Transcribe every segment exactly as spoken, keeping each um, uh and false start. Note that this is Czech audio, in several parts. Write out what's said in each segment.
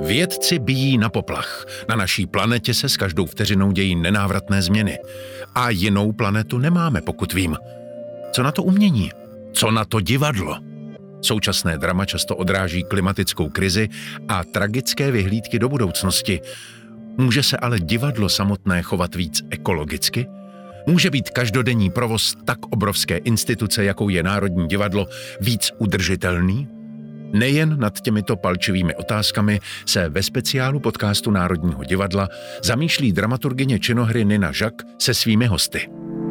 Vědci bijí na poplach. Na naší planetě se s každou vteřinou dějí nenávratné změny. A jinou planetu nemáme, pokud vím. Co na to umění? Co na to divadlo? Současné drama často odráží klimatickou krizi a tragické vyhlídky do budoucnosti. Může se ale divadlo samotné chovat víc ekologicky? Může být každodenní provoz tak obrovské instituce, jakou je Národní divadlo, víc udržitelný? Nejen nad těmito palčivými otázkami se ve speciálu podcastu Národního divadla zamýšlí dramaturgyně činohry Nina Žak se svými hosty.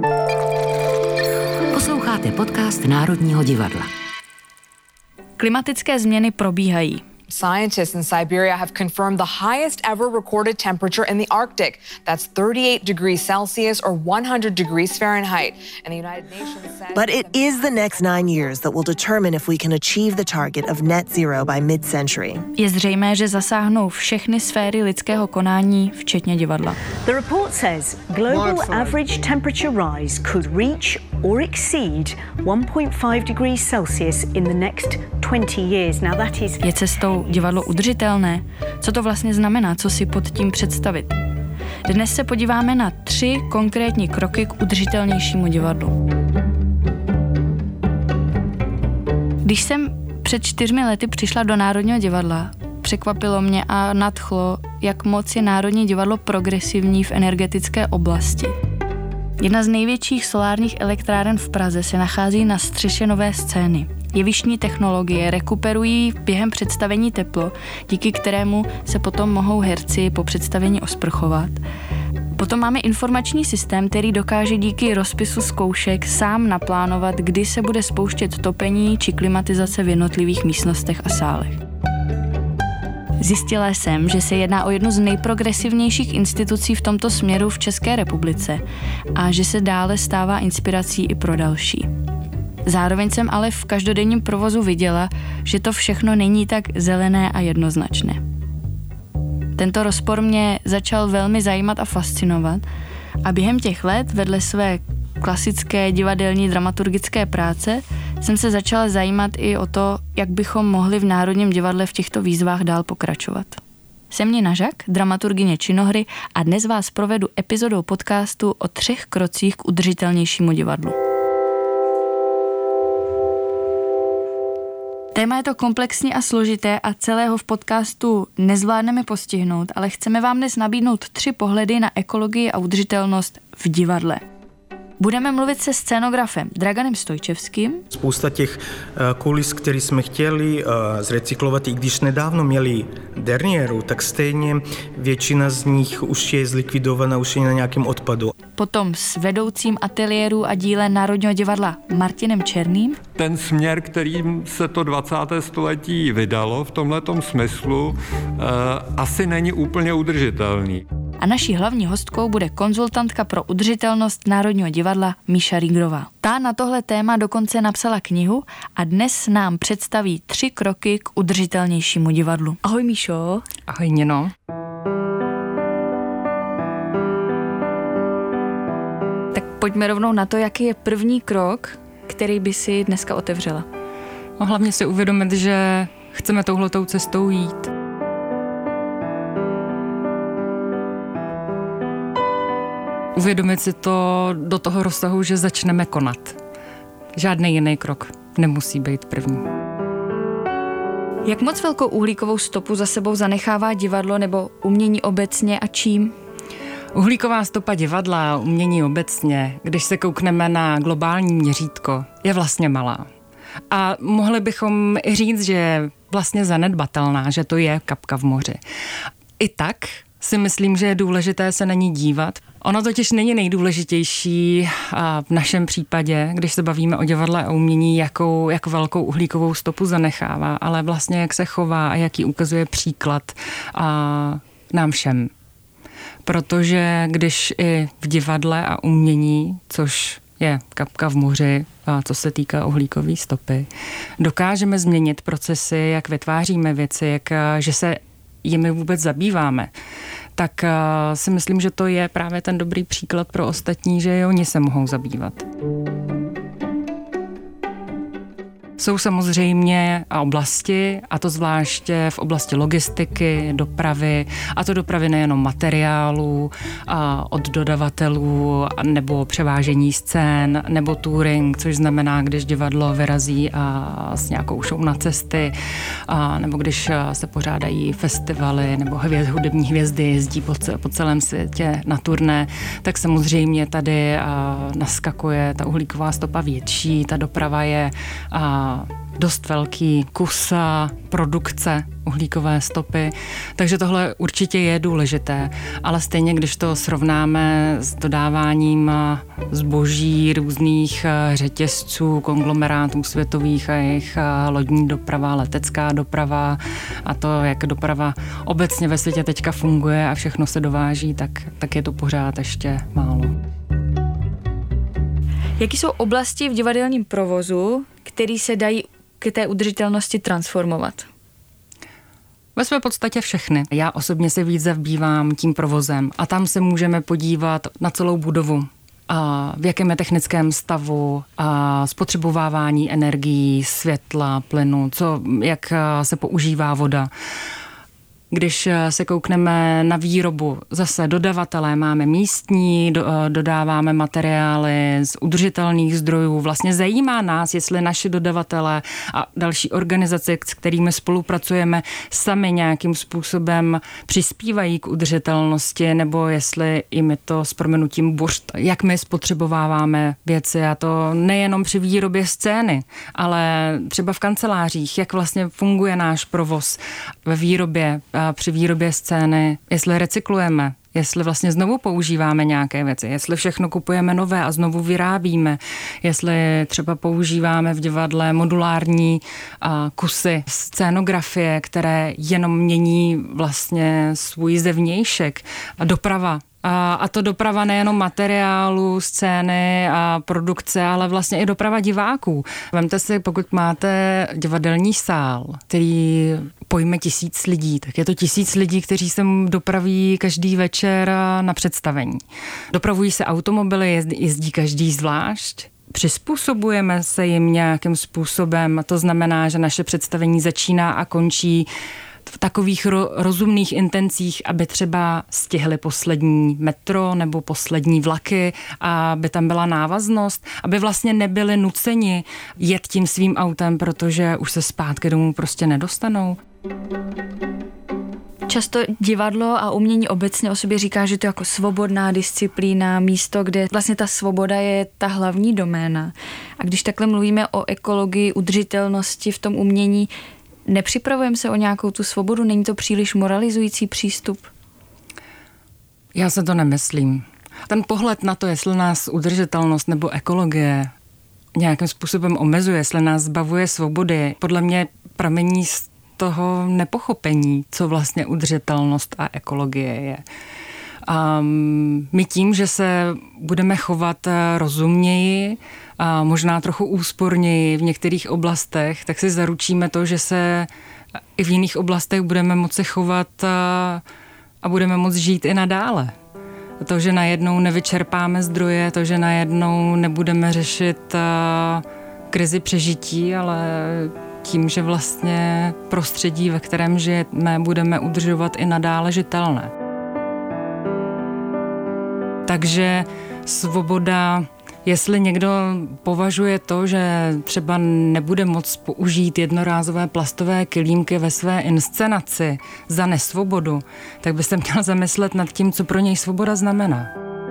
Posloucháte podcast Národního divadla. Klimatické změny probíhají. Scientists in Siberia have confirmed the highest ever recorded temperature in the Arctic. That's thirty-eight degrees Celsius or one hundred degrees Fahrenheit. And the United Nations says... But it is the next nine years that will determine if we can achieve the target of net zero by mid-century. Je zřejmé, že zasáhnou všechny sféry lidského konání, včetně divadla. The report says global average temperature rise could reach or exceed one point five degrees Celsius in the next twenty years. Now that is... Je cestou divadlo udržitelné? Co to vlastně znamená? Co si pod tím představit? Dnes se podíváme na tři konkrétní kroky k udržitelnějšímu divadlu. Když jsem před čtyřmi lety přišla do Národního divadla, překvapilo mě a nadchlo, jak moc je Národní divadlo progresivní v energetické oblasti. Jedna z největších solárních elektráren v Praze se nachází na střeše nové scény. Jevištní technologie rekuperují během představení teplo, díky kterému se potom mohou herci po představení osprchovat. Potom máme informační systém, který dokáže díky rozpisu zkoušek sám naplánovat, kdy se bude spouštět topení či klimatizace v jednotlivých místnostech a sálech. Zjistila jsem, že se jedná o jednu z nejprogresivnějších institucí v tomto směru v České republice a že se dále stává inspirací i pro další. Zároveň jsem ale v každodenním provozu viděla, že to všechno není tak zelené a jednoznačné. Tento rozpor mě začal velmi zajímat a fascinovat a během těch let vedle své klasické divadelní dramaturgické práce jsem se začala zajímat i o to, jak bychom mohli v Národním divadle v těchto výzvách dál pokračovat. Jsem Nina Žak, dramaturgyně činohry a dnes vás provedu epizodou podcastu o třech krocích k udržitelnějšímu divadlu. Téma je to komplexní a složité a celého v podcastu nezvládneme postihnout, ale chceme vám dnes nabídnout tři pohledy na ekologii a udržitelnost v divadle. Budeme mluvit se scénografem Draganem Stojčevským. Spousta těch kulis, které jsme chtěli zrecyklovat, i když nedávno měli derniéru, tak stejně většina z nich už je zlikvidovaná, už je na nějakém odpadu. Potom s vedoucím ateliéru a dílen Národního divadla Martinem Černým. Ten směr, kterým se to dvacáté století vydalo v tomhletom smyslu, eh, asi není úplně udržitelný. A naší hlavní hostkou bude konzultantka pro udržitelnost Národního divadla Míša Rígrová. Ta na tohle téma dokonce napsala knihu a dnes nám představí tři kroky k udržitelnějšímu divadlu. Ahoj Míšo. Ahoj Nino. Tak pojďme rovnou na to, jaký je první krok, který by si dneska otevřela. No, hlavně si uvědomit, že chceme touhletou cestou jít. Uvědomit si to do toho rozsahu, že začneme konat. Žádný jiný krok nemusí být první. Jak moc velkou uhlíkovou stopu za sebou zanechává divadlo nebo umění obecně a čím? Uhlíková stopa divadla, umění obecně, když se koukneme na globální měřítko, je vlastně malá. A mohli bychom i říct, že je vlastně zanedbatelná, že to je kapka v moři. I tak si myslím, že je důležité se na ní dívat. Ono totiž není nejdůležitější v našem případě, když se bavíme o divadle a umění, jakou, jak velkou uhlíkovou stopu zanechává, ale vlastně jak se chová a jaký ukazuje příklad a nám všem. Protože když i v divadle a umění, což je kapka v moři, a co se týká uhlíkové stopy, dokážeme změnit procesy, jak vytváříme věci, jak, že se jimi vůbec zabýváme, tak uh, si myslím, že to je právě ten dobrý příklad pro ostatní, že i oni se mohou zabývat. Jsou samozřejmě oblasti, a to zvláště v oblasti logistiky, dopravy, a to dopravy nejenom materiálů a od dodavatelů, nebo převážení scén, nebo touring, což znamená, když divadlo vyrazí a s nějakou show na cesty, a nebo když se pořádají festivaly, nebo hvězd, hudební hvězdy jezdí po, po celém světě na turné, tak samozřejmě tady naskakuje ta uhlíková stopa větší, ta doprava je a, dost velký kus produkce uhlíkové stopy, takže tohle určitě je důležité, ale stejně, když to srovnáme s dodáváním zboží různých řetězců, konglomerátů světových a jejich lodní doprava, letecká doprava a to, jak doprava obecně ve světě teďka funguje a všechno se dováží, tak, tak je to pořád ještě málo. Jaký jsou oblasti v divadelním provozu, které se dají k té udržitelnosti transformovat? Ve své podstatě všechny. Já osobně se víc zabývám tím provozem a tam se můžeme podívat na celou budovu. A v jakém je technickém stavu, a spotřebovávání energií, světla, plynu, co, jak se používá voda. Když se koukneme na výrobu, zase dodavatelé máme místní, do, dodáváme materiály z udržitelných zdrojů. Vlastně zajímá nás, jestli naši dodavatelé a další organizace, s kterými spolupracujeme, sami nějakým způsobem přispívají k udržitelnosti, nebo jestli i my to s prominutím burst, jak my spotřebováváme věci. A to nejenom při výrobě scény, ale třeba v kancelářích, jak vlastně funguje náš provoz ve výrobě, při výrobě scény, jestli recyklujeme, jestli vlastně znovu používáme nějaké věci, jestli všechno kupujeme nové a znovu vyrábíme, jestli třeba používáme v divadle modulární a, kusy scénografie, které jenom mění vlastně svůj zevnějšek a doprava. A, a to doprava nejenom materiálu, scény a produkce, ale vlastně i doprava diváků. Vemte si, pokud máte divadelní sál, který pojme tisíc lidí, tak je to tisíc lidí, kteří se dopraví každý večer na představení. Dopravují se automobily, jezdí, jezdí každý zvlášť. Přizpůsobujeme se jim nějakým způsobem, to znamená, že naše představení začíná a končí v takových ro- rozumných intencích, aby třeba stihli poslední metro nebo poslední vlaky, aby tam byla návaznost, aby vlastně nebyli nuceni jet tím svým autem, protože už se zpátky domů prostě nedostanou. Často divadlo a umění obecně o sobě říká, že to je jako svobodná disciplína, místo, kde vlastně ta svoboda je ta hlavní doména. A když takhle mluvíme o ekologii, udržitelnosti v tom umění, nepřipravujeme se o nějakou tu svobodu? Není to příliš moralizující přístup? Já se to nemyslím. Ten pohled na to, jestli nás udržitelnost nebo ekologie nějakým způsobem omezuje, jestli nás zbavuje svobody, podle mě pramení z toho nepochopení, co vlastně udržitelnost a ekologie je. A my tím, že se budeme chovat rozumněji a možná trochu úsporněji v některých oblastech, tak si zaručíme to, že se i v jiných oblastech budeme moci chovat a, a budeme moci žít i nadále. To, že najednou nevyčerpáme zdroje, to, že najednou nebudeme řešit a, krizi přežití, ale tím, že vlastně prostředí, ve kterém žijeme, budeme udržovat i nadále žitelné. Takže svoboda, jestli někdo považuje to, že třeba nebude moct použít jednorázové plastové kelímky ve své inscenaci za nesvobodu, tak by se měl zamyslet nad tím, co pro něj svoboda znamená.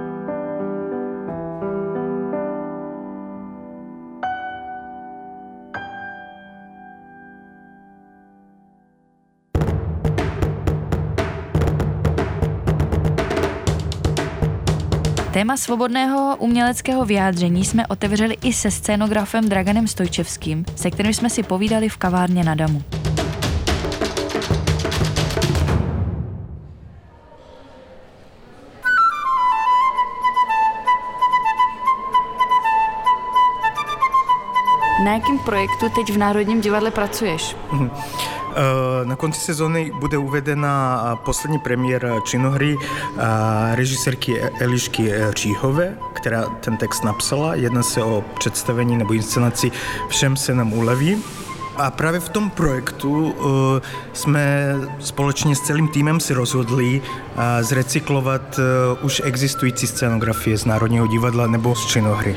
Téma svobodného uměleckého vyjádření jsme otevřeli i se scénografem Draganem Stojčevským, se kterým jsme si povídali v kavárně na Damu. Na jakém projektu teď v Národním divadle pracuješ? Na konci sezóny bude uvedena poslední premiéra činohry režisérky Elišky Říhové, která ten text napsala. Jedná se o představení nebo inscenaci Všem se nám uleví. A právě v tom projektu uh, jsme společně s celým týmem si rozhodli uh, zrecyklovat uh, už existující scenografie z Národního divadla nebo z činohry.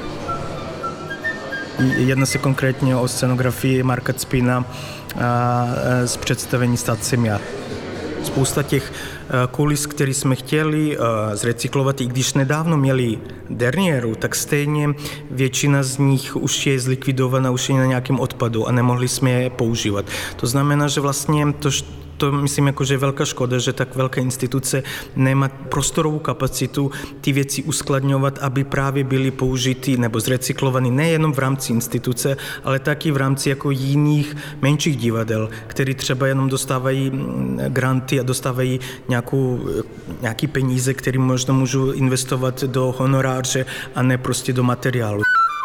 Jedná se konkrétně o scenografii Marka Cpina uh, z představení Stát jsem já. Spousta těch kulis, které jsme chtěli zrecyklovat, i když nedávno měli derniéru, tak stejně většina z nich už je zlikvidovaná, už je na nějakém odpadu a nemohli jsme je používat. To znamená, že vlastně to, to myslím, jako, že je velká škoda, že tak velká instituce nemá prostorovou kapacitu ty věci uskladňovat, aby právě byly použity nebo zrecyklovaný nejenom v rámci instituce, ale taky v rámci jako jiných menších divadel, které třeba jenom dostávají granty a dostávají nějakou, nějaký peníze, které možná můžou investovat do honoráře a ne prostě do materiálu.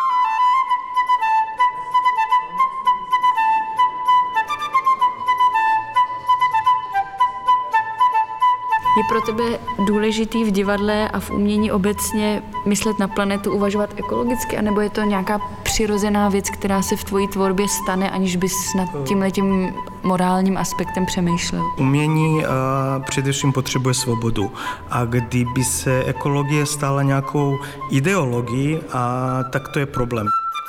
Je pro tebe důležitý v divadle a v umění obecně myslet na planetu, uvažovat ekologicky, anebo je to nějaká přirozená věc, která se v tvojí tvorbě stane, aniž bys nad tímhletím morálním aspektem přemýšlel? Umění uh, především potřebuje svobodu. A kdyby se ekologie stala nějakou ideologií, uh, tak to je problém.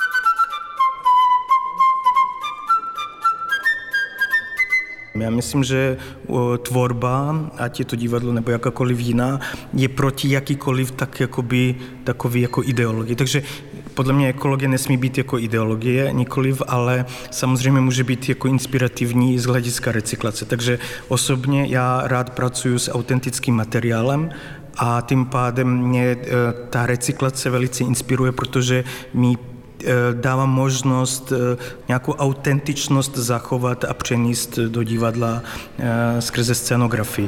Já myslím, že tvorba, ať je to divadlo nebo jakákoliv jiná, je proti jakýkoliv tak jakoby, takový jako ideologii. Takže podle mě ekologie nesmí být jako ideologie, nikoliv, ale samozřejmě může být jako inspirativní z hlediska recyklace. Takže osobně já rád pracuji s autentickým materiálem a tím pádem mě ta recyklace velice inspiruje, protože mi dává možnost nějakou autentičnost zachovat a přenést do divadla skrze scenografii.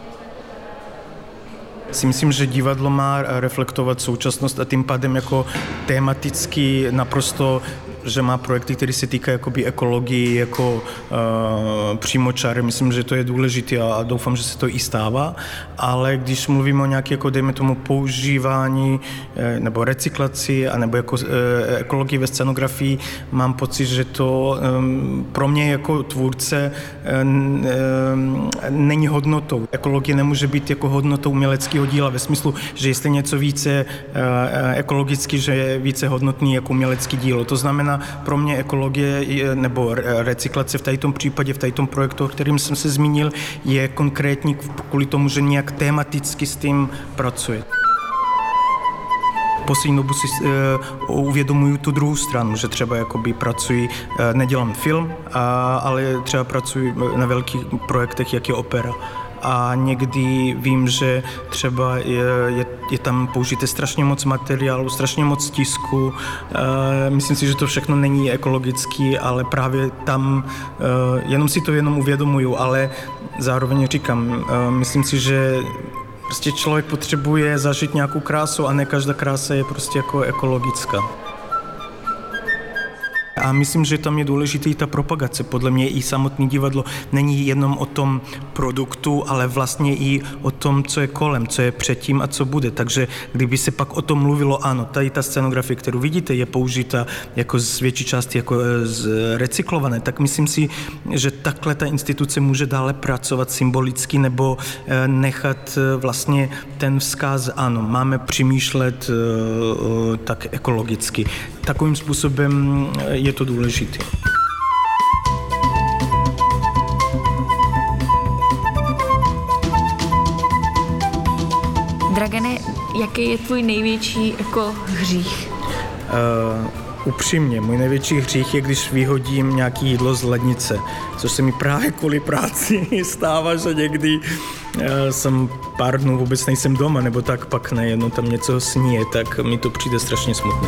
Si myslím, že divadlo má reflektovat současnost a tím pádem jako tematicky naprosto, že má projekty, které se týkají jakoby ekologii, jako uh, přímočary. Myslím, že to je důležité a, a doufám, že se to i stává. Ale když mluvíme o nějaké, jako dejme tomu, používání eh, nebo recyklaci a nebo jako eh, ekologii ve scenografii, mám pocit, že to um, pro mě jako tvůrce eh, eh, není hodnotou. Ekologie nemůže být jako hodnotou uměleckého díla ve smyslu, že jestli něco více eh, ekologicky, že je více hodnotný jako umělecký dílo. To znamená, pro mě ekologie nebo recyklace v tom případě, v tom projektu, o kterým jsem se zmínil, je konkrétní kvůli tomu, že nějak tematicky s tím pracuje. Poslední dobu si uh, uvědomuju tu druhou stranu, že třeba jakoby pracuji, uh, nedělám film, uh, ale třeba pracuji na velkých projektech, jak je opera. A někdy vím, že třeba je, je, je tam použité strašně moc materiálu, strašně moc tisku. E, myslím si, že to všechno není ekologický, ale právě tam, e, jenom si to jenom uvědomuju, ale zároveň říkám, e, myslím si, že prostě člověk potřebuje zažít nějakou krásu a ne každá krása je prostě jako ekologická. A myslím, že tam je důležitý i ta propagace. Podle mě i samotné divadlo není jenom o tom produktu, ale vlastně i o tom, co je kolem, co je předtím a co bude. Takže kdyby se pak o tom mluvilo, ano, tady ta scenografie, kterou vidíte, je použita jako z větší části jako z recyklované, tak myslím si, že takhle ta instituce může dále pracovat symbolicky nebo nechat vlastně ten vzkaz, ano, máme přemýšlet tak ekologicky. Takovým způsobem je to důležité. Dragane, jaký je tvůj největší jako hřích? Uh, upřímně, můj největší hřích je, když vyhodím nějaké jídlo z lednice, což se mi právě kvůli práci stává, že někdy uh, jsem pár dnů vůbec nejsem doma, nebo tak pak nejednou tam něco sníje, tak mi to přijde strašně smutný.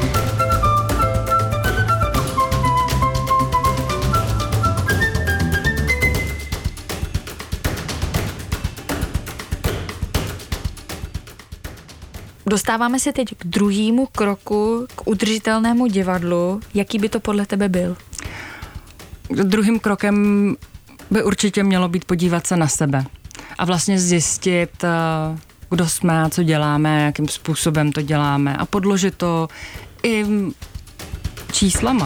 Dostáváme se teď k druhému kroku, k udržitelnému divadlu. Jaký by to podle tebe byl? Druhým krokem by určitě mělo být podívat se na sebe a vlastně zjistit, kdo jsme a co děláme, jakým způsobem to děláme a podložit to i číslama.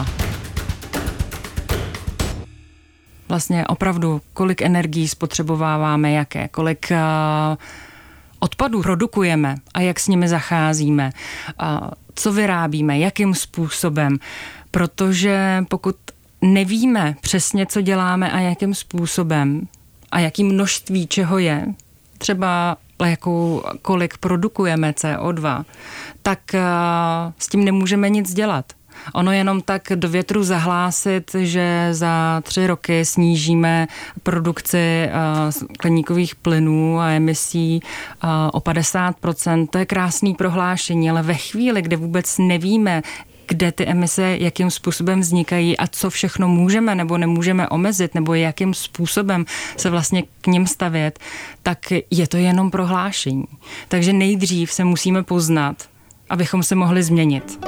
Vlastně opravdu, kolik energií spotřebováváme, jaké, kolik odpadů produkujeme a jak s nimi zacházíme, co vyrábíme, jakým způsobem, protože pokud nevíme přesně, co děláme a jakým způsobem a jaký množství čeho je, třeba jakou, kolik produkujeme C O dva, tak s tím nemůžeme nic dělat. Ono jenom tak do větru zahlásit, že za tři roky snížíme produkci skleníkových plynů a emisí o padesát procent, to je krásný prohlášení, ale ve chvíli, kdy vůbec nevíme, kde ty emise, jakým způsobem vznikají a co všechno můžeme nebo nemůžeme omezit, nebo jakým způsobem se vlastně k nim stavět, tak je to jenom prohlášení. Takže nejdřív se musíme poznat, abychom se mohli změnit.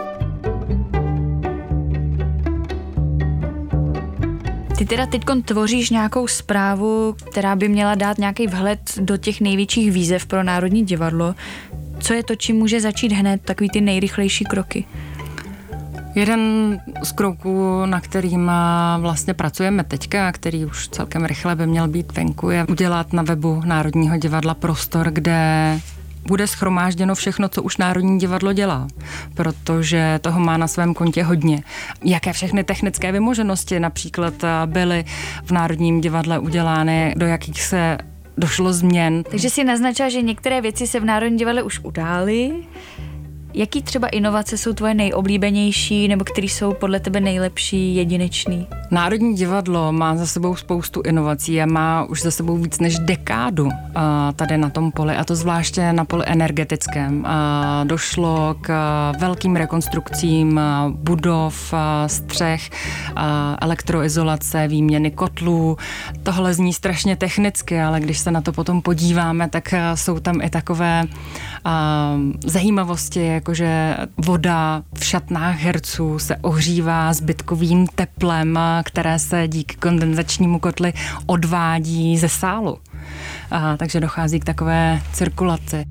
Ty teda teďkon tvoříš nějakou zprávu, která by měla dát nějaký vhled do těch největších výzev pro Národní divadlo. Co je to, čím může začít hned, takový ty nejrychlejší kroky? Jeden z kroků, na kterým vlastně pracujeme teďka, který už celkem rychle by měl být venku, je udělat na webu Národního divadla prostor, kde bude shromážděno všechno, co už Národní divadlo dělá, protože toho má na svém kontě hodně. Jaké všechny technické vymoženosti například byly v Národním divadle udělány, do jakých se došlo změn. Takže si naznačila, že některé věci se v Národním divadle už udály. Jaký třeba inovace jsou tvoje nejoblíbenější nebo který jsou podle tebe nejlepší, jedinečný? Národní divadlo má za sebou spoustu inovací a má už za sebou víc než dekádu uh, tady na tom poli, a to zvláště na poli energetickém. Uh, došlo k uh, velkým rekonstrukcím uh, budov, uh, střech, uh, elektroizolace, výměny kotlů. Tohle zní strašně technicky, ale když se na to potom podíváme, tak uh, jsou tam i takové uh, zajímavosti, jakože voda v šatnách herců se ohřívá zbytkovým teplem, které se díky kondenzačnímu kotli odvádí ze sálu. A, takže dochází k takové cirkulaci.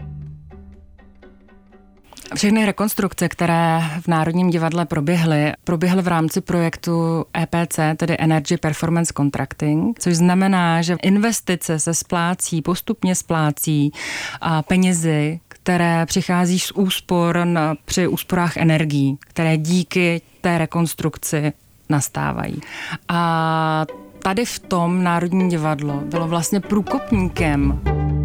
Všechny rekonstrukce, které v Národním divadle proběhly, proběhly v rámci projektu E P C, tedy Energy Performance Contracting, což znamená, že investice se splácí, postupně splácí a penězi, které přichází z úspor na, při úsporách energií, které díky té rekonstrukci nastávají. A tady v tom Národní divadlo bylo vlastně průkopníkem.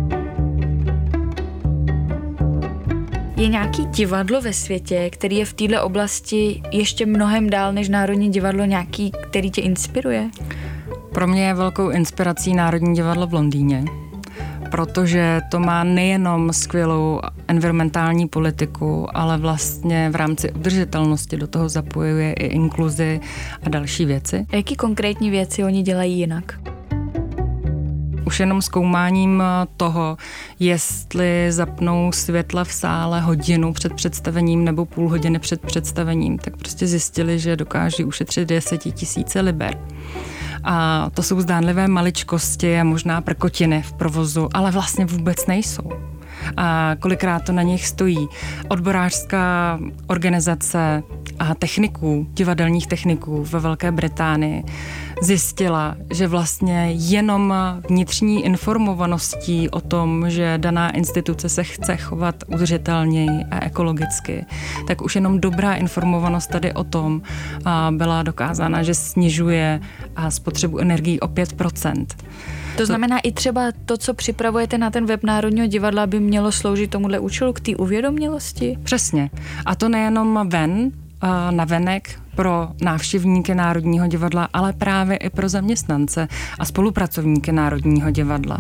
Je nějaký divadlo ve světě, který je v této oblasti ještě mnohem dál než Národní divadlo, nějaký, který tě inspiruje? Pro mě je velkou inspirací Národní divadlo v Londýně, protože to má nejenom skvělou environmentální politiku, ale vlastně v rámci udržitelnosti do toho zapojuje i inkluzi a další věci. A jaký konkrétní věci oni dělají jinak? Už jenom zkoumáním toho, jestli zapnou světla v sále hodinu před představením nebo půl hodiny před představením, tak prostě zjistili, že dokáží ušetřit desetitisíce liber. A to jsou zdánlivé maličkosti a možná prkotiny v provozu, ale vlastně vůbec nejsou. A kolikrát to na nich stojí. Odborářská organizace a techniků, divadelních techniků ve Velké Británii zjistila, že vlastně jenom vnitřní informovaností o tom, že daná instituce se chce chovat udržitelněji a ekologicky, tak už jenom dobrá informovanost tady o tom byla dokázána, že snižuje spotřebu energií o pět procent. To znamená i třeba to, co připravujete na ten web Národního divadla, by mělo sloužit tomuhle účelu, k té uvědomělosti? Přesně. A to nejenom ven, na venek pro návštěvníky Národního divadla, ale právě i pro zaměstnance a spolupracovníky Národního divadla.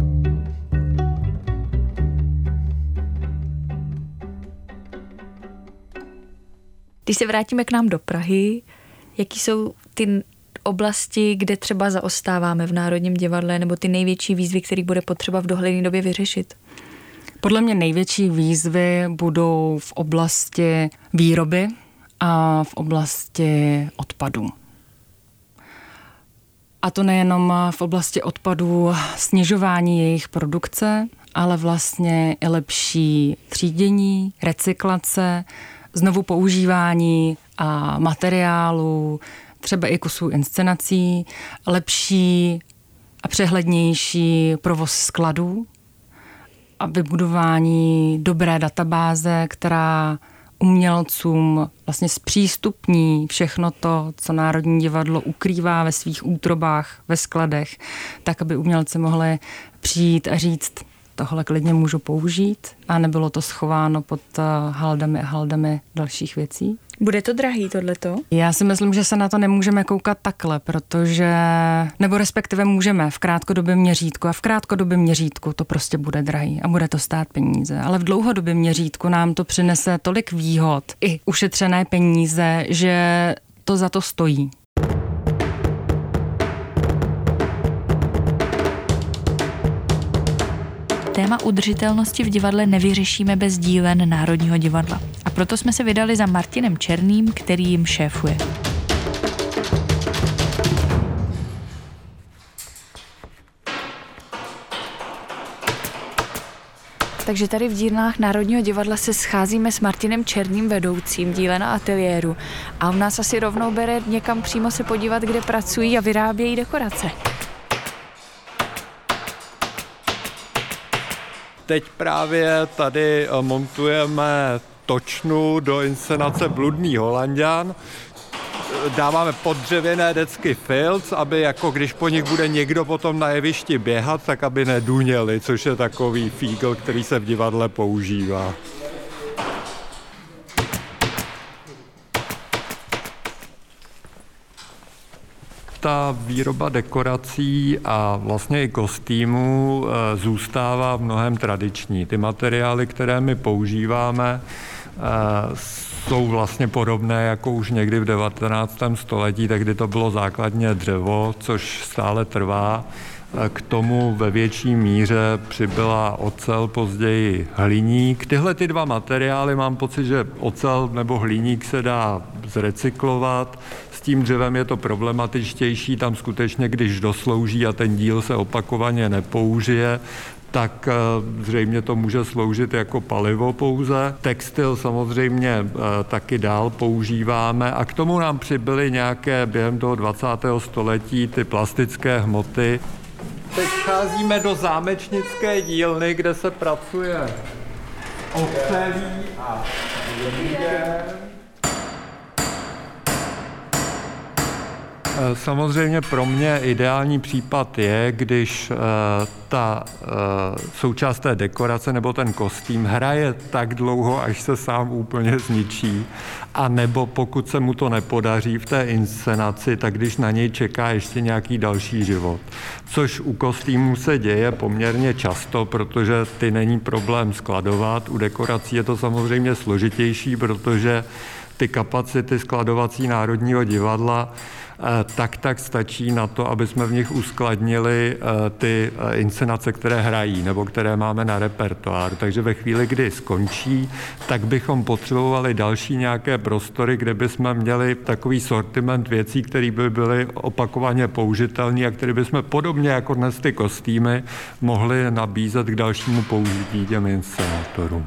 Když se vrátíme k nám do Prahy, jaký jsou ty oblasti, kde třeba zaostáváme v Národním divadle, nebo ty největší výzvy, které bude potřeba v dohledné době vyřešit? Podle mě největší výzvy budou v oblasti výroby a v oblasti odpadů. A to nejenom v oblasti odpadů, snižování jejich produkce, ale vlastně i lepší třídění, recyklace, znovu používání a materiálů, třeba i kusů inscenací, lepší a přehlednější provoz skladů a vybudování dobré databáze, která umělcům vlastně zpřístupní všechno to, co Národní divadlo ukrývá ve svých útrobách, ve skladech, tak, aby umělci mohli přijít a říct, tohle klidně můžu použít a nebylo to schováno pod haldami a haldami dalších věcí. Bude to drahý tohleto? Já si myslím, že se na to nemůžeme koukat takhle, protože, nebo respektive můžeme v krátkodobém měřítku a v krátkodobém měřítku to prostě bude drahý a bude to stát peníze, ale v dlouhodobém měřítku nám to přinese tolik výhod i ušetřené peníze, že to za to stojí. Téma udržitelnosti v divadle nevyřešíme bez dílen Národního divadla. A proto jsme se vydali za Martinem Černým, který jim šéfuje. Takže tady v dílnách Národního divadla se scházíme s Martinem Černým, vedoucím dílen a ateliéru. A on nás asi rovnou bere někam přímo se podívat, kde pracují a vyrábějí dekorace. Teď právě tady montujeme točnu do inscenace Bludný Holanďan. Dáváme poddřevěné decky filc, aby jako když po nich bude někdo potom na jevišti běhat, tak aby neduněli, což je takový fígl, který se v divadle používá. Ta výroba dekorací a vlastně i kostýmů zůstává v mnohem tradiční. Ty materiály, které my používáme, jsou vlastně podobné jako už někdy v devatenáctém století, tehdy to bylo základně dřevo, což stále trvá. K tomu ve větší míře přibyla ocel, později hliník. Tyhle ty dva materiály, mám pocit, že ocel nebo hliník se dá zrecyklovat. S tím dřevem je to problematičtější, tam skutečně, když doslouží a ten díl se opakovaně nepoužije, tak zřejmě to může sloužit jako palivo pouze. Textil samozřejmě taky dál používáme a k tomu nám přibyly nějaké během toho dvacátého století ty plastické hmoty. Teď vcházíme do zámečnické dílny, kde se pracuje ocelí a hliníkem. Samozřejmě pro mě ideální případ je, když uh, ta uh, součást té dekorace nebo ten kostým hraje tak dlouho, až se sám úplně zničí, a nebo pokud se mu to nepodaří v té inscenaci, tak když na něj čeká ještě nějaký další život. Což u kostýmů se děje poměrně často, protože ty není problém skladovat. U dekorací je to samozřejmě složitější, protože ty kapacity skladovací Národního divadla tak tak stačí na to, aby jsme v nich uskladnili ty inscenace, které hrají nebo které máme na repertoáru. Takže ve chvíli, kdy skončí, tak bychom potřebovali další nějaké prostory, kde bychom měli takový sortiment věcí, které by byly opakovaně použitelné a které bychom podobně jako dnes ty kostýmy mohli nabízet k dalšímu použití těm inscenátorům.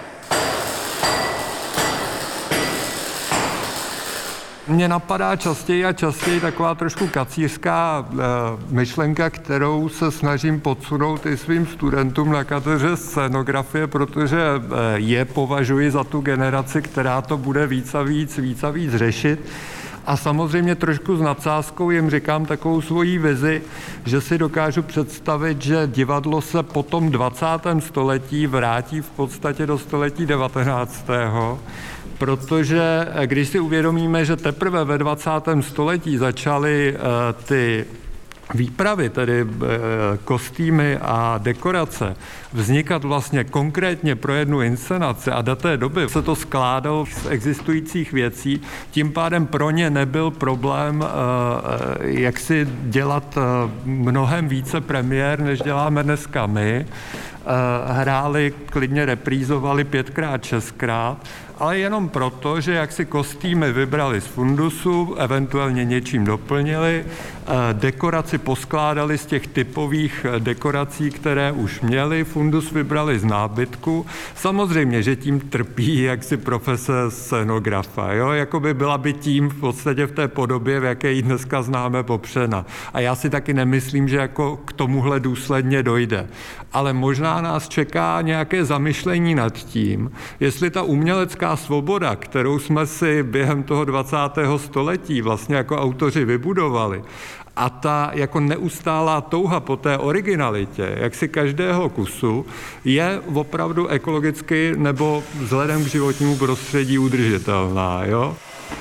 Mně napadá častěji a častěji taková trošku kacířská e, myšlenka, kterou se snažím podsunout i svým studentům na katedře scénografie, protože e, je považuji za tu generaci, která to bude víc a víc, víc a víc řešit. A samozřejmě trošku s nadsázkou jim říkám takovou svoji vizi, že si dokážu představit, že divadlo se po tom dvacátém století vrátí v podstatě do století devatenáctého Protože když si uvědomíme, že teprve ve dvacátém století začaly uh, ty výpravy, tedy kostýmy a dekorace, vznikat vlastně konkrétně pro jednu inscenaci a do té doby se to skládalo z existujících věcí, tím pádem pro ně nebyl problém, jak si dělat mnohem více premiér, než děláme dneska my. Hráli, klidně reprízovali pětkrát, šestkrát ale jenom proto, že jak si kostýmy vybrali z fundusu, eventuálně něčím doplnili, dekoraci poskládali z těch typových dekorací, které už měli, fundus vybrali z nábytku. Samozřejmě, že tím trpí jaksi profese scenografa, jo? Jakoby byla by tím v podstatě v té podobě, v jaké ji dneska známe, popřena. A já si taky nemyslím, že jako k tomuhle důsledně dojde. Ale možná nás čeká nějaké zamyšlení nad tím, jestli ta umělecká svoboda, kterou jsme si během toho dvacátého století vlastně jako autoři vybudovali, a ta jako neustálá touha po té originalitě, jak si každého kusu, je opravdu ekologicky nebo vzhledem k životnímu prostředí udržitelná, jo?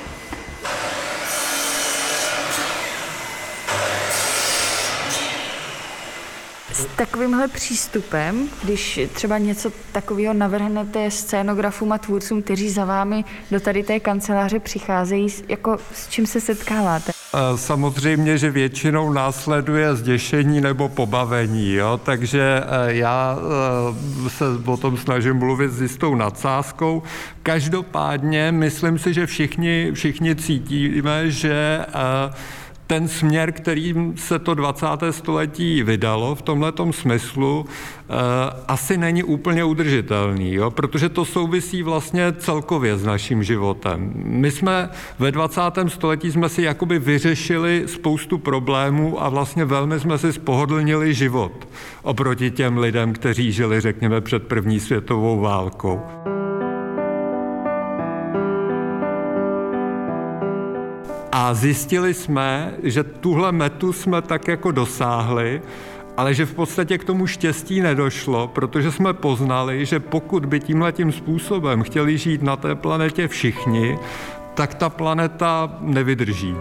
S takovýmhle přístupem, když třeba něco takového navrhnete scénografům a tvůrcům, kteří za vámi do tady té kanceláře přicházejí, jako s čím se setkáváte? Samozřejmě, že většinou následuje zděšení nebo pobavení, jo? Takže já se o tom snažím mluvit s jistou nadsázkou. Každopádně myslím si, že všichni, všichni cítíme, že ten směr, kterým se to dvacáté století vydalo v tomhletom smyslu, eh, asi není úplně udržitelný, jo? Protože to souvisí vlastně celkově s naším životem. My jsme ve dvacátém století jsme si jakoby vyřešili spoustu problémů a vlastně velmi jsme si spohodlnili život oproti těm lidem, kteří žili, řekněme, před první světovou válkou. A zjistili jsme, že tuhle metu jsme tak jako dosáhli, ale že v podstatě k tomu štěstí nedošlo, protože jsme poznali, že pokud by tímhletím způsobem chtěli žít na té planetě všichni, tak ta planeta nevydrží.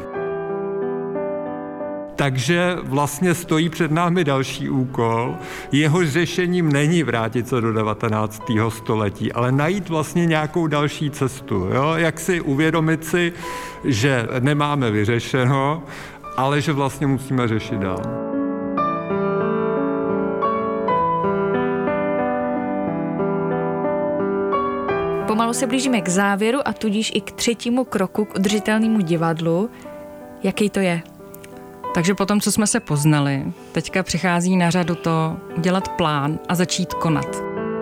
Takže vlastně stojí před námi další úkol. Jehož řešením není vrátit se do devatenáctého století, ale najít vlastně nějakou další cestu. Jo? Jak si uvědomit si, že nemáme vyřešeno, ale že vlastně musíme řešit dál. Pomalu se blížíme k závěru a tudíž i k třetímu kroku, k udržitelnému divadlu. Jaký to je? Takže potom, co jsme se poznali, teďka přichází na řadu to udělat plán a začít konat.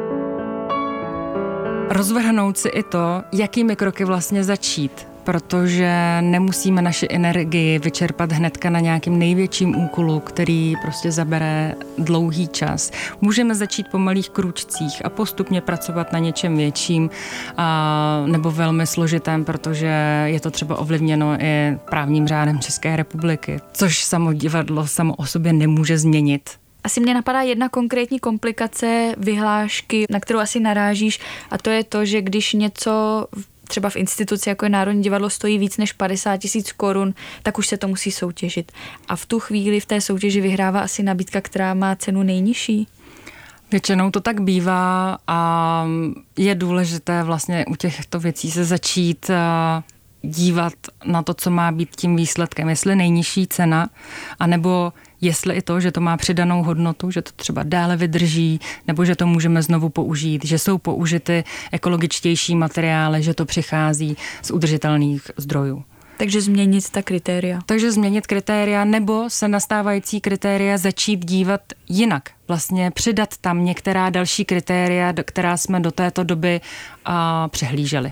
Rozvrhnout si i to, jakými kroky vlastně začít, protože nemusíme naši energii vyčerpat hnedka na nějakým největším úkolu, který prostě zabere dlouhý čas. Můžeme začít po malých krůčcích a postupně pracovat na něčem větším a, nebo velmi složitém, protože je to třeba ovlivněno i právním řádem České republiky, což samo divadlo samo o sobě nemůže změnit. Asi mě napadá jedna konkrétní komplikace vyhlášky, na kterou asi narážíš, a to je to, že když něco třeba v instituci, jako je Národní divadlo, stojí víc než padesát tisíc korun, tak už se to musí soutěžit. A v tu chvíli v té soutěži vyhrává asi nabídka, která má cenu nejnižší. Většinou to tak bývá a je důležité vlastně u těchto věcí se začít dívat na to, co má být tím výsledkem. Jestli nejnižší cena, anebo jestli i to, že to má přidanou hodnotu, že to třeba dále vydrží, nebo že to můžeme znovu použít, že jsou použity ekologičtější materiály, že to přichází z udržitelných zdrojů. Takže změnit ta kritéria. Takže změnit kritéria, nebo se na stávající kritéria začít dívat jinak. Vlastně přidat tam některá další kritéria, která jsme do této doby a, přehlíželi.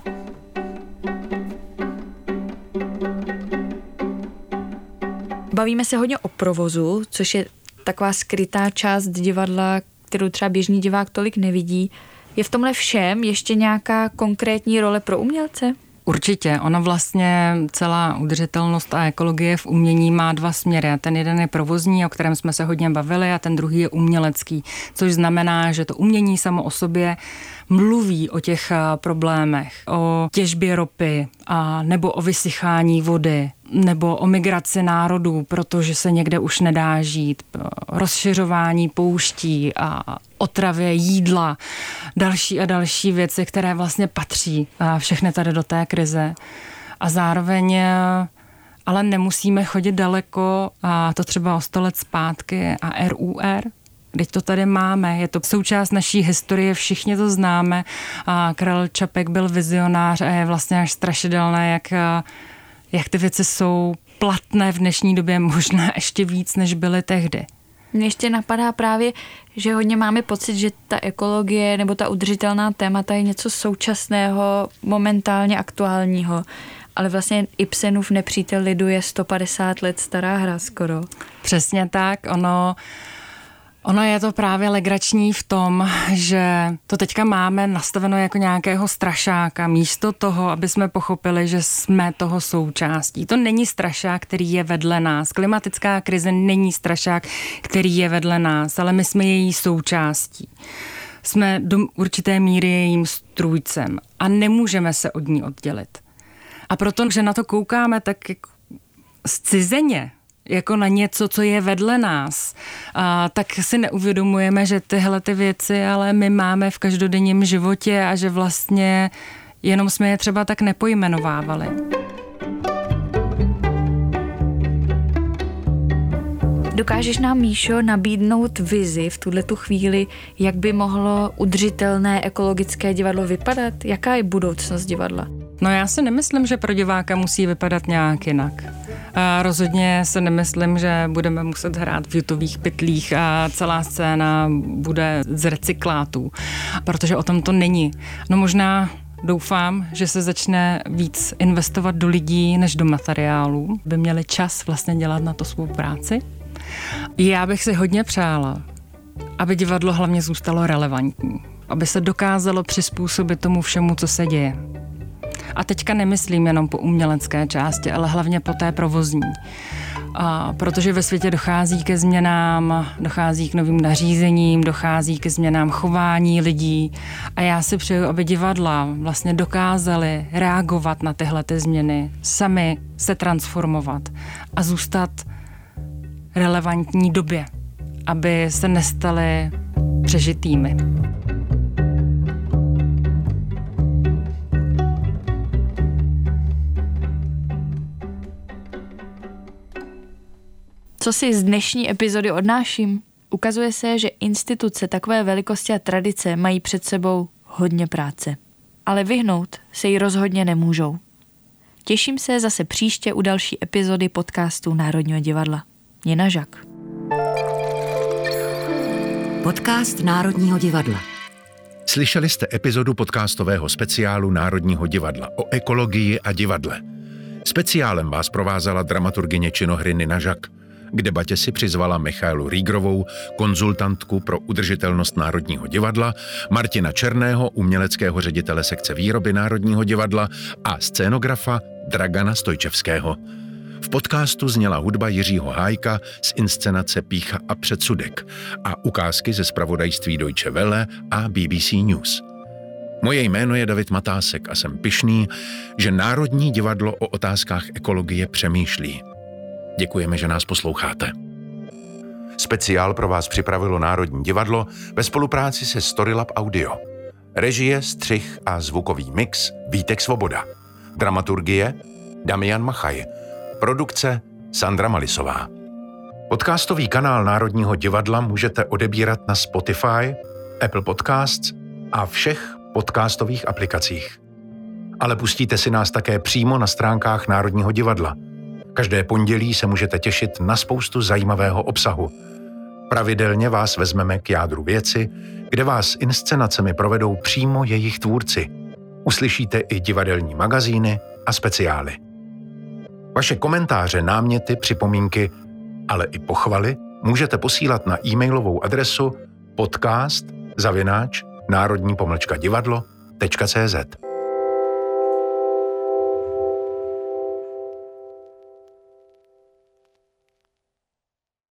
Bavíme se hodně o provozu, což je taková skrytá část divadla, kterou třeba běžný divák tolik nevidí. Je v tomhle všem ještě nějaká konkrétní role pro umělce? Určitě. Ona vlastně celá udržitelnost a ekologie v umění má dva směry. Ten jeden je provozní, o kterém jsme se hodně bavili, a ten druhý je umělecký, což znamená, že to umění samo o sobě mluví o těch problémech, o těžbě ropy a nebo o vysychání vody, nebo o migraci národů, protože se někde už nedá žít, rozšiřování pouští a otravě jídla, další a další věci, které vlastně patří všechny tady do té krize. A zároveň ale nemusíme chodit daleko, a to třeba o sto let zpátky a R U R, Teď to tady máme, je to součást naší historie, všichni to známe a Karel Čapek byl vizionář a je vlastně až strašidelné, jak, jak ty věci jsou platné v dnešní době, možná ještě víc, než byly tehdy. Mně ještě napadá právě, že hodně máme pocit, že ta ekologie nebo ta udržitelná témata je něco současného, momentálně aktuálního. Ale vlastně Ibsenův Nepřítel lidu je sto padesát let stará hra skoro. Přesně tak, ono... Ono je to právě legrační v tom, že to teďka máme nastaveno jako nějakého strašáka, místo toho, aby jsme pochopili, že jsme toho součástí. To není strašák, který je vedle nás. Klimatická krize není strašák, který je vedle nás, ale my jsme její součástí. Jsme do určité míry jejím strůjcem a nemůžeme se od ní oddělit. A proto, že na to koukáme tak jako zcizeně, jako na něco, co je vedle nás, a tak si neuvědomujeme, že tyhle ty věci, ale my máme v každodenním životě a že vlastně jenom jsme je třeba tak nepojmenovávali. Dokážeš nám, Míšo, nabídnout vizi v tuhletu chvíli, jak by mohlo udržitelné ekologické divadlo vypadat? Jaká je budoucnost divadla? No já si nemyslím, že pro diváka musí vypadat nějak jinak. A rozhodně se nemyslím, že budeme muset hrát v jutových pytlích a celá scéna bude z recyklátů, protože o tom to není. No možná doufám, že se začne víc investovat do lidí než do materiálů, by měli čas vlastně dělat na to svou práci. Já bych si hodně přála, aby divadlo hlavně zůstalo relevantní, aby se dokázalo přizpůsobit tomu všemu, co se děje. A teďka nemyslím jenom po umělecké části, ale hlavně po té provozní. A protože ve světě dochází ke změnám, dochází k novým nařízením, dochází ke změnám chování lidí a já si přeju, aby divadla vlastně dokázaly reagovat na tyhle ty změny, sami se transformovat a zůstat relevantní době, aby se nestaly přežitými. Co si z dnešní epizody odnáším? Ukazuje se, že instituce takové velikosti a tradice mají před sebou hodně práce. Ale vyhnout se jí rozhodně nemůžou. Těším se zase příště u další epizody podcastu Národního divadla. Nina Žak. Podcast Národního divadla. Slyšeli jste epizodu podcastového speciálu Národního divadla o ekologii a divadle. Speciálem vás provázela dramaturgyně činohry Nina Žak. K debatě si přizvala Michaelu Rígrovou, konzultantku pro udržitelnost Národního divadla, Martina Černého, uměleckého ředitele sekce výroby Národního divadla a scénografa Dragana Stojčevského. V podcastu zněla hudba Jiřího Hájka z inscenace Pýcha a předsudek a ukázky ze zpravodajství Deutsche Welle a B B C News. Moje jméno je David Matásek a jsem pyšný, že Národní divadlo o otázkách ekologie přemýšlí. Děkujeme, že nás posloucháte. Speciál pro vás připravilo Národní divadlo ve spolupráci se Storylab Audio. Režie, střih a zvukový mix Vítek Svoboda. Dramaturgie Damian Machaj. Produkce Sandra Malisová. Podcastový kanál Národního divadla můžete odebírat na Spotify, Apple Podcasts a všech podcastových aplikacích. Ale pustíte si nás také přímo na stránkách Národního divadla. Každé pondělí se můžete těšit na spoustu zajímavého obsahu. Pravidelně vás vezmeme k jádru věci, kde vás inscenacemi provedou přímo jejich tvůrci. Uslyšíte i divadelní magazíny a speciály. Vaše komentáře, náměty, připomínky, ale i pochvaly můžete posílat na e-mailovou adresu podcast zavináč národní pomlčka divadlo tečka cé zet.